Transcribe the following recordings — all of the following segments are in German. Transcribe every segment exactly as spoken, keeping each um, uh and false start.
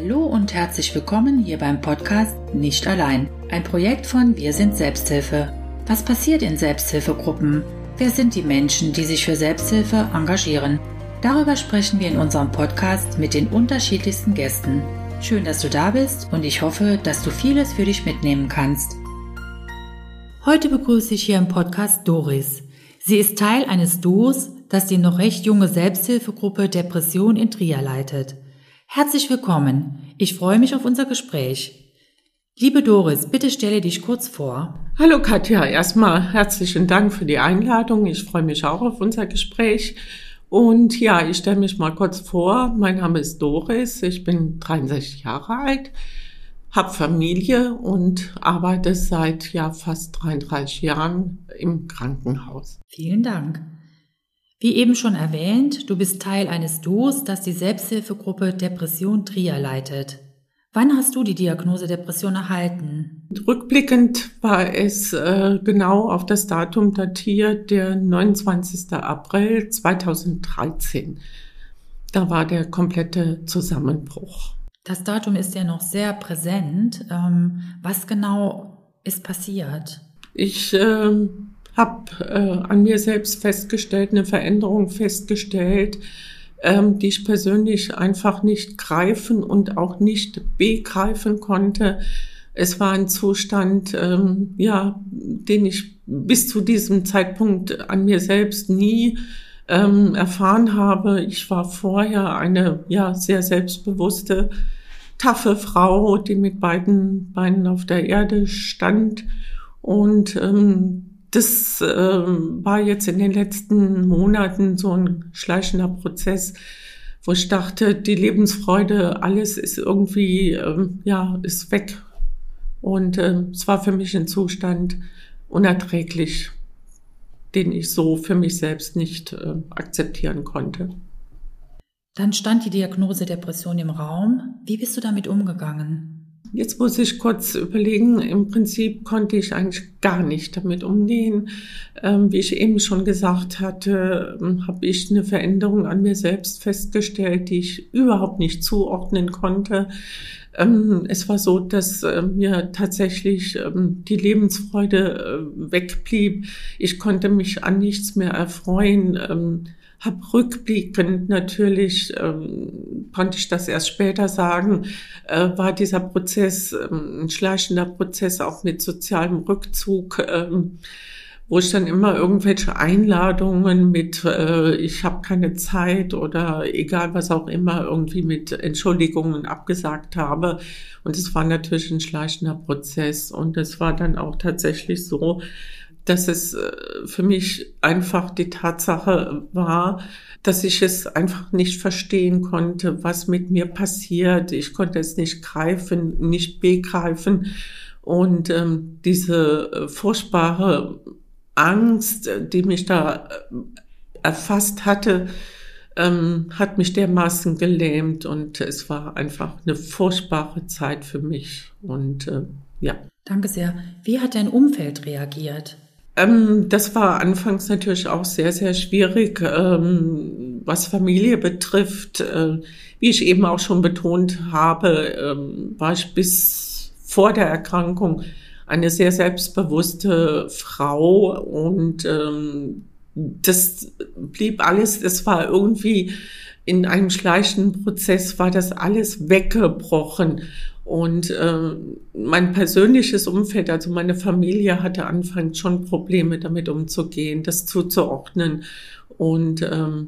Hallo und herzlich willkommen hier beim Podcast Nicht allein, ein Projekt von Wir sind Selbsthilfe. Was passiert in Selbsthilfegruppen? Wer sind die Menschen, die sich für Selbsthilfe engagieren? Darüber sprechen wir in unserem Podcast mit den unterschiedlichsten Gästen. Schön, dass du da bist und ich hoffe, dass du vieles für dich mitnehmen kannst. Heute begrüße ich hier im Podcast Doris. Sie ist Teil eines Duos, das die noch recht junge Selbsthilfegruppe Depression in Trier leitet. Herzlich willkommen. Ich freue mich auf unser Gespräch. Liebe Doris, bitte stelle dich kurz vor. Hallo Katja, erstmal herzlichen Dank für die Einladung. Ich freue mich auch auf unser Gespräch. Und ja, ich stelle mich mal kurz vor. Mein Name ist Doris, ich bin dreiundsechzig Jahre alt, habe Familie und arbeite seit ja fast dreiunddreißig Jahren im Krankenhaus. Vielen Dank. Wie eben schon erwähnt, du bist Teil eines Duos, das die Selbsthilfegruppe Depression Trier leitet. Wann hast du die Diagnose Depression erhalten? Rückblickend war es äh, genau auf das Datum datiert, der neunundzwanzigster April zweitausenddreizehn. Da war der komplette Zusammenbruch. Das Datum ist ja noch sehr präsent. Ähm, was genau ist passiert? Ich äh, habe äh, an mir selbst festgestellt, eine Veränderung festgestellt, ähm, die ich persönlich einfach nicht greifen und auch nicht begreifen konnte. Es war ein Zustand, ähm, ja, den ich bis zu diesem Zeitpunkt an mir selbst nie ähm, erfahren habe. Ich war vorher eine ja sehr selbstbewusste, taffe Frau, die mit beiden Beinen auf der Erde stand. Und ähm, das äh, war jetzt in den letzten Monaten so ein schleichender Prozess, wo ich dachte, die Lebensfreude, alles ist irgendwie, äh, ja, ist weg. Und äh, es war für mich ein Zustand unerträglich, den ich so für mich selbst nicht äh, akzeptieren konnte. Dann stand die Diagnose Depression im Raum. Wie bist du damit umgegangen? Jetzt muss ich kurz überlegen, im Prinzip konnte ich eigentlich gar nicht damit umgehen. Ähm, wie ich eben schon gesagt hatte, ähm, habe ich eine Veränderung an mir selbst festgestellt, die ich überhaupt nicht zuordnen konnte. Ähm, es war so, dass äh, mir tatsächlich ähm, die Lebensfreude äh, wegblieb. Ich konnte mich an nichts mehr erfreuen. Ähm, Hab rückblickend natürlich, ähm, konnte ich das erst später sagen, äh, war dieser Prozess ähm, ein schleichender Prozess auch mit sozialem Rückzug, ähm, wo ich dann immer irgendwelche Einladungen mit äh, ich habe keine Zeit oder egal was auch immer irgendwie mit Entschuldigungen abgesagt habe. Und es war natürlich ein schleichender Prozess und es war dann auch tatsächlich so, dass es für mich einfach die Tatsache war, dass ich es einfach nicht verstehen konnte, was mit mir passiert. Ich konnte es nicht greifen, nicht begreifen. Und ähm, diese äh, furchtbare Angst, die mich da äh, erfasst hatte, ähm, hat mich dermaßen gelähmt. Und es war einfach eine furchtbare Zeit für mich. Und äh, ja. Danke sehr. Wie hat dein Umfeld reagiert? Ähm, das war anfangs natürlich auch sehr, sehr schwierig, ähm, was Familie betrifft. Äh, wie ich eben auch schon betont habe, ähm, war ich bis vor der Erkrankung eine sehr selbstbewusste Frau und ähm, das blieb alles, das war irgendwie in einem schleichenden Prozess, war das alles weggebrochen. Und äh, mein persönliches Umfeld, also meine Familie, hatte anfangs schon Probleme damit umzugehen, das zuzuordnen und ähm,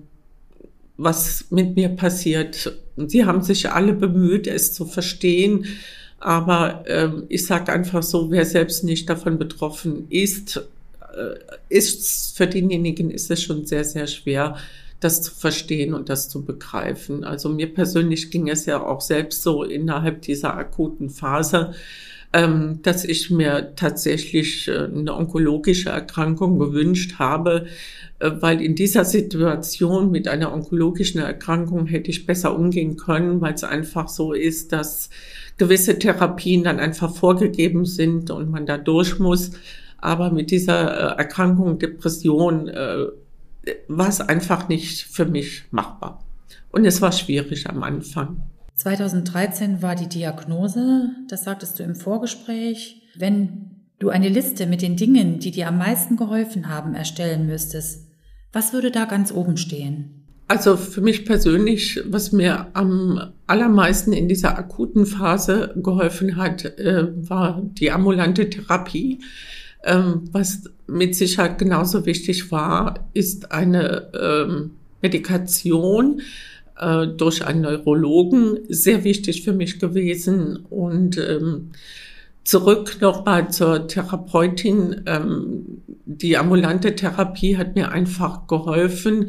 was mit mir passiert. Sie haben sich alle bemüht, es zu verstehen, aber äh, ich sage einfach so, wer selbst nicht davon betroffen ist, äh, ist für denjenigen ist es schon sehr, sehr schwer, das zu verstehen und das zu begreifen. Also mir persönlich ging es ja auch selbst so innerhalb dieser akuten Phase, ähm, dass ich mir tatsächlich äh, eine onkologische Erkrankung gewünscht habe, äh, weil in dieser Situation mit einer onkologischen Erkrankung hätte ich besser umgehen können, weil es einfach so ist, dass gewisse Therapien dann einfach vorgegeben sind und man da durch muss. Aber mit dieser äh, Erkrankung, Depression, äh, war es einfach nicht für mich machbar. Und es war schwierig am Anfang. zweitausenddreizehn war die Diagnose, das sagtest du im Vorgespräch. Wenn du eine Liste mit den Dingen, die dir am meisten geholfen haben, erstellen müsstest, was würde da ganz oben stehen? Also für mich persönlich, was mir am allermeisten in dieser akuten Phase geholfen hat, äh, war die ambulante Therapie. Ähm, was mit Sicherheit genauso wichtig war, ist eine ähm, Medikation äh, durch einen Neurologen, sehr wichtig für mich gewesen. Und ähm, zurück nochmal zur Therapeutin. Ähm, die ambulante Therapie hat mir einfach geholfen,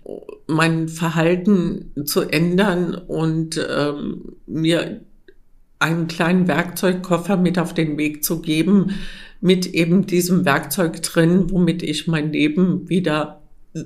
mein Verhalten zu ändern und ähm, mir einen kleinen Werkzeugkoffer mit auf den Weg zu geben, mit eben diesem Werkzeug drin, womit ich mein Leben wieder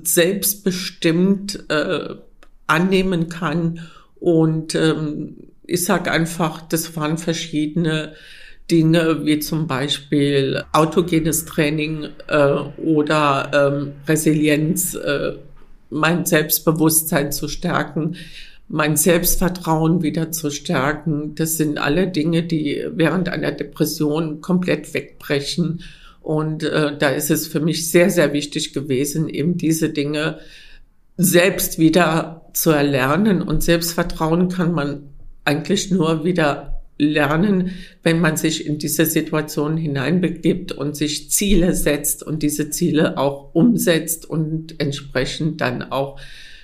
selbstbestimmt äh, annehmen kann. Und ähm, ich sage einfach, das waren verschiedene Dinge, wie zum Beispiel autogenes Training äh, oder ähm, Resilienz, äh, mein Selbstbewusstsein zu stärken, mein Selbstvertrauen wieder zu stärken. Das sind alle Dinge, die während einer Depression komplett wegbrechen. Und äh, da ist es für mich sehr, sehr wichtig gewesen, eben diese Dinge selbst wieder zu erlernen. Und Selbstvertrauen kann man eigentlich nur wieder lernen, wenn man sich in diese Situation hineinbegibt und sich Ziele setzt und diese Ziele auch umsetzt und entsprechend dann auch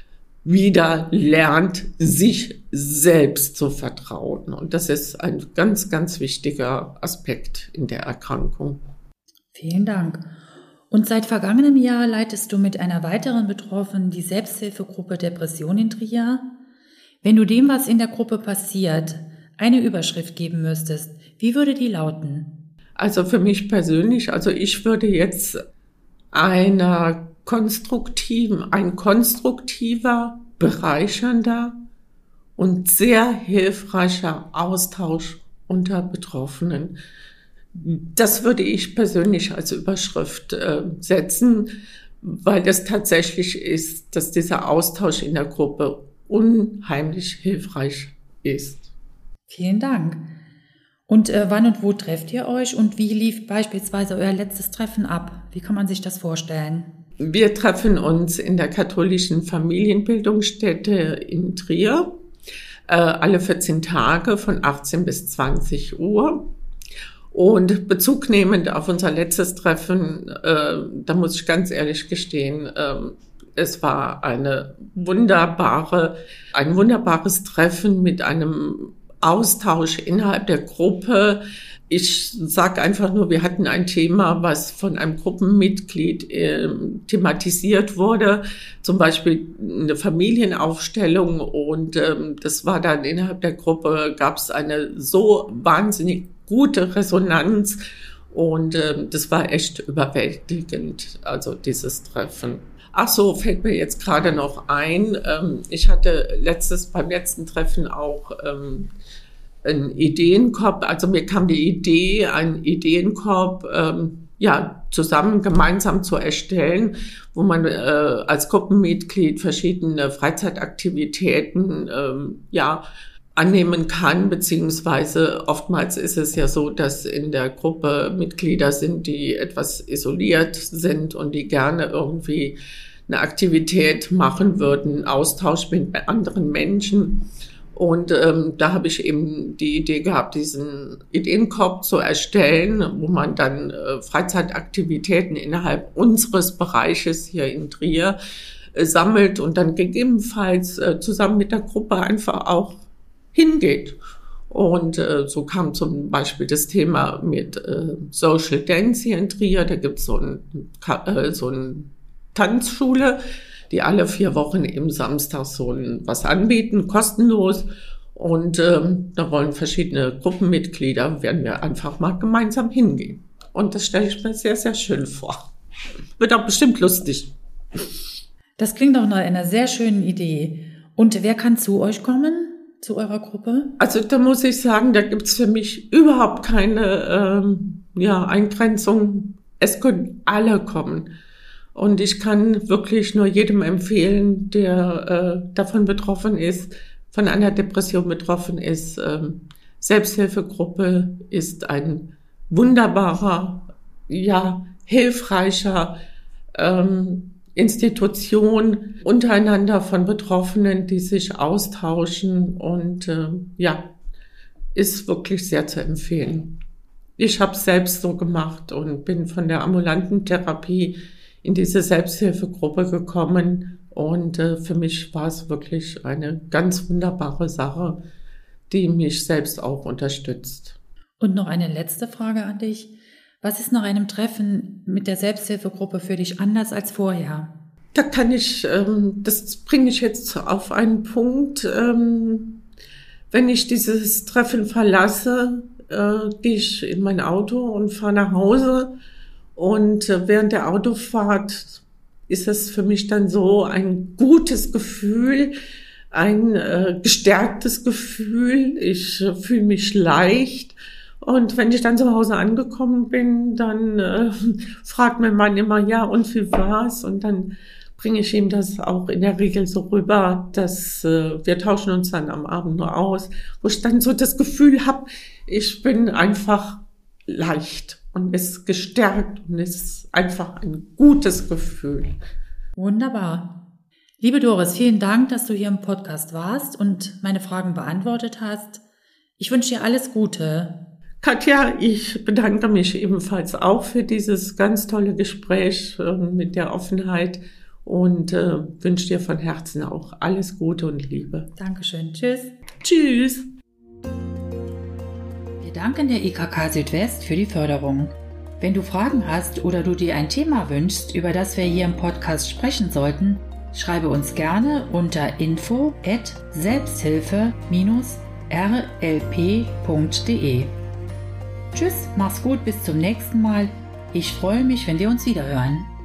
wieder lernt, sich selbst zu vertrauen. Und das ist ein ganz, ganz wichtiger Aspekt in der Erkrankung. Vielen Dank. Und seit vergangenem Jahr leitest du mit einer weiteren Betroffenen die Selbsthilfegruppe Depression in Trier. Wenn du dem, was in der Gruppe passiert, eine Überschrift geben müsstest, wie würde die lauten? Also für mich persönlich, also ich würde jetzt einer konstruktiven, ein konstruktiver, bereichernder und sehr hilfreicher Austausch unter Betroffenen. Das würde ich persönlich als Überschrift äh, setzen, weil das tatsächlich ist, dass dieser Austausch in der Gruppe unheimlich hilfreich ist. Vielen Dank. Und äh, wann und wo trefft ihr euch und wie lief beispielsweise euer letztes Treffen ab? Wie kann man sich das vorstellen? Wir treffen uns in der katholischen Familienbildungsstätte in Trier, äh, alle vierzehn Tage von achtzehn bis zwanzig Uhr. Und bezugnehmend auf unser letztes Treffen, äh, da muss ich ganz ehrlich gestehen, äh, es war eine wunderbare, ein wunderbares Treffen mit einem Austausch innerhalb der Gruppe. Ich sage einfach nur, wir hatten ein Thema, was von einem Gruppenmitglied äh, thematisiert wurde, zum Beispiel eine Familienaufstellung, und ähm, das war dann innerhalb der Gruppe, gab es eine so wahnsinnig gute Resonanz, und ähm, das war echt überwältigend, also dieses Treffen. Ach so, fällt mir jetzt gerade noch ein, ähm, ich hatte letztes, beim letzten Treffen auch ähm, einen Ideenkorb, also mir kam die Idee, einen Ideenkorb ähm, ja, zusammen, gemeinsam zu erstellen, wo man äh, als Gruppenmitglied verschiedene Freizeitaktivitäten ähm, ja, annehmen kann, beziehungsweise oftmals ist es ja so, dass in der Gruppe Mitglieder sind, die etwas isoliert sind und die gerne irgendwie eine Aktivität machen würden, Austausch mit anderen Menschen. Und ähm, da habe ich eben die Idee gehabt, diesen Ideenkorb zu erstellen, wo man dann äh, Freizeitaktivitäten innerhalb unseres Bereiches hier in Trier äh, sammelt und dann gegebenenfalls äh, zusammen mit der Gruppe einfach auch hingeht. Und äh, so kam zum Beispiel das Thema mit äh, Social Dance hier in Trier. Da gibt es so ein, äh, so eine Tanzschule, die alle vier Wochen im Samstag so ein, was anbieten, kostenlos. Und ähm, da wollen verschiedene Gruppenmitglieder, werden wir einfach mal gemeinsam hingehen. Und das stelle ich mir sehr, sehr schön vor. Wird auch bestimmt lustig. Das klingt doch nach einer sehr schönen Idee. Und wer kann zu euch kommen, zu eurer Gruppe? Also da muss ich sagen, da gibt es für mich überhaupt keine ähm, ja, Eingrenzung. Es können alle kommen. Und ich kann wirklich nur jedem empfehlen, der äh, davon betroffen ist, von einer Depression betroffen ist. Selbsthilfegruppe ist ein wunderbarer, ja, hilfreicher ähm, Institution untereinander von Betroffenen, die sich austauschen und äh, ja, ist wirklich sehr zu empfehlen. Ich habe es selbst so gemacht und bin von der ambulanten Therapie in diese Selbsthilfegruppe gekommen und äh, für mich war es wirklich eine ganz wunderbare Sache, die mich selbst auch unterstützt. Und noch eine letzte Frage an dich. Was ist nach einem Treffen mit der Selbsthilfegruppe für dich anders als vorher? Da kann ich, ähm, das bringe ich jetzt auf einen Punkt. Ähm, wenn ich dieses Treffen verlasse, äh, gehe ich in mein Auto und fahre nach Hause. Und äh, während der Autofahrt ist es für mich dann so ein gutes Gefühl, ein äh, gestärktes Gefühl. Ich äh, fühle mich leicht. Und wenn ich dann zu Hause angekommen bin, dann äh, fragt mein Mann immer, ja, und wie war's? Und dann bringe ich ihm das auch in der Regel so rüber, dass äh, wir tauschen uns dann am Abend nur aus, wo ich dann so das Gefühl habe, ich bin einfach leicht und ist gestärkt und ist einfach ein gutes Gefühl. Wunderbar. Liebe Doris, vielen Dank, dass du hier im Podcast warst und meine Fragen beantwortet hast. Ich wünsche dir alles Gute. Katja, ich bedanke mich ebenfalls auch für dieses ganz tolle Gespräch äh, mit der Offenheit und äh, wünsche dir von Herzen auch alles Gute und Liebe. Dankeschön. Tschüss. Tschüss. Wir danken der I K K Südwest für die Förderung. Wenn du Fragen hast oder du dir ein Thema wünschst, über das wir hier im Podcast sprechen sollten, schreibe uns gerne unter info at selbsthilfe r l p punkt d e. Tschüss, mach's gut, bis zum nächsten Mal. Ich freue mich, wenn wir uns wieder hören.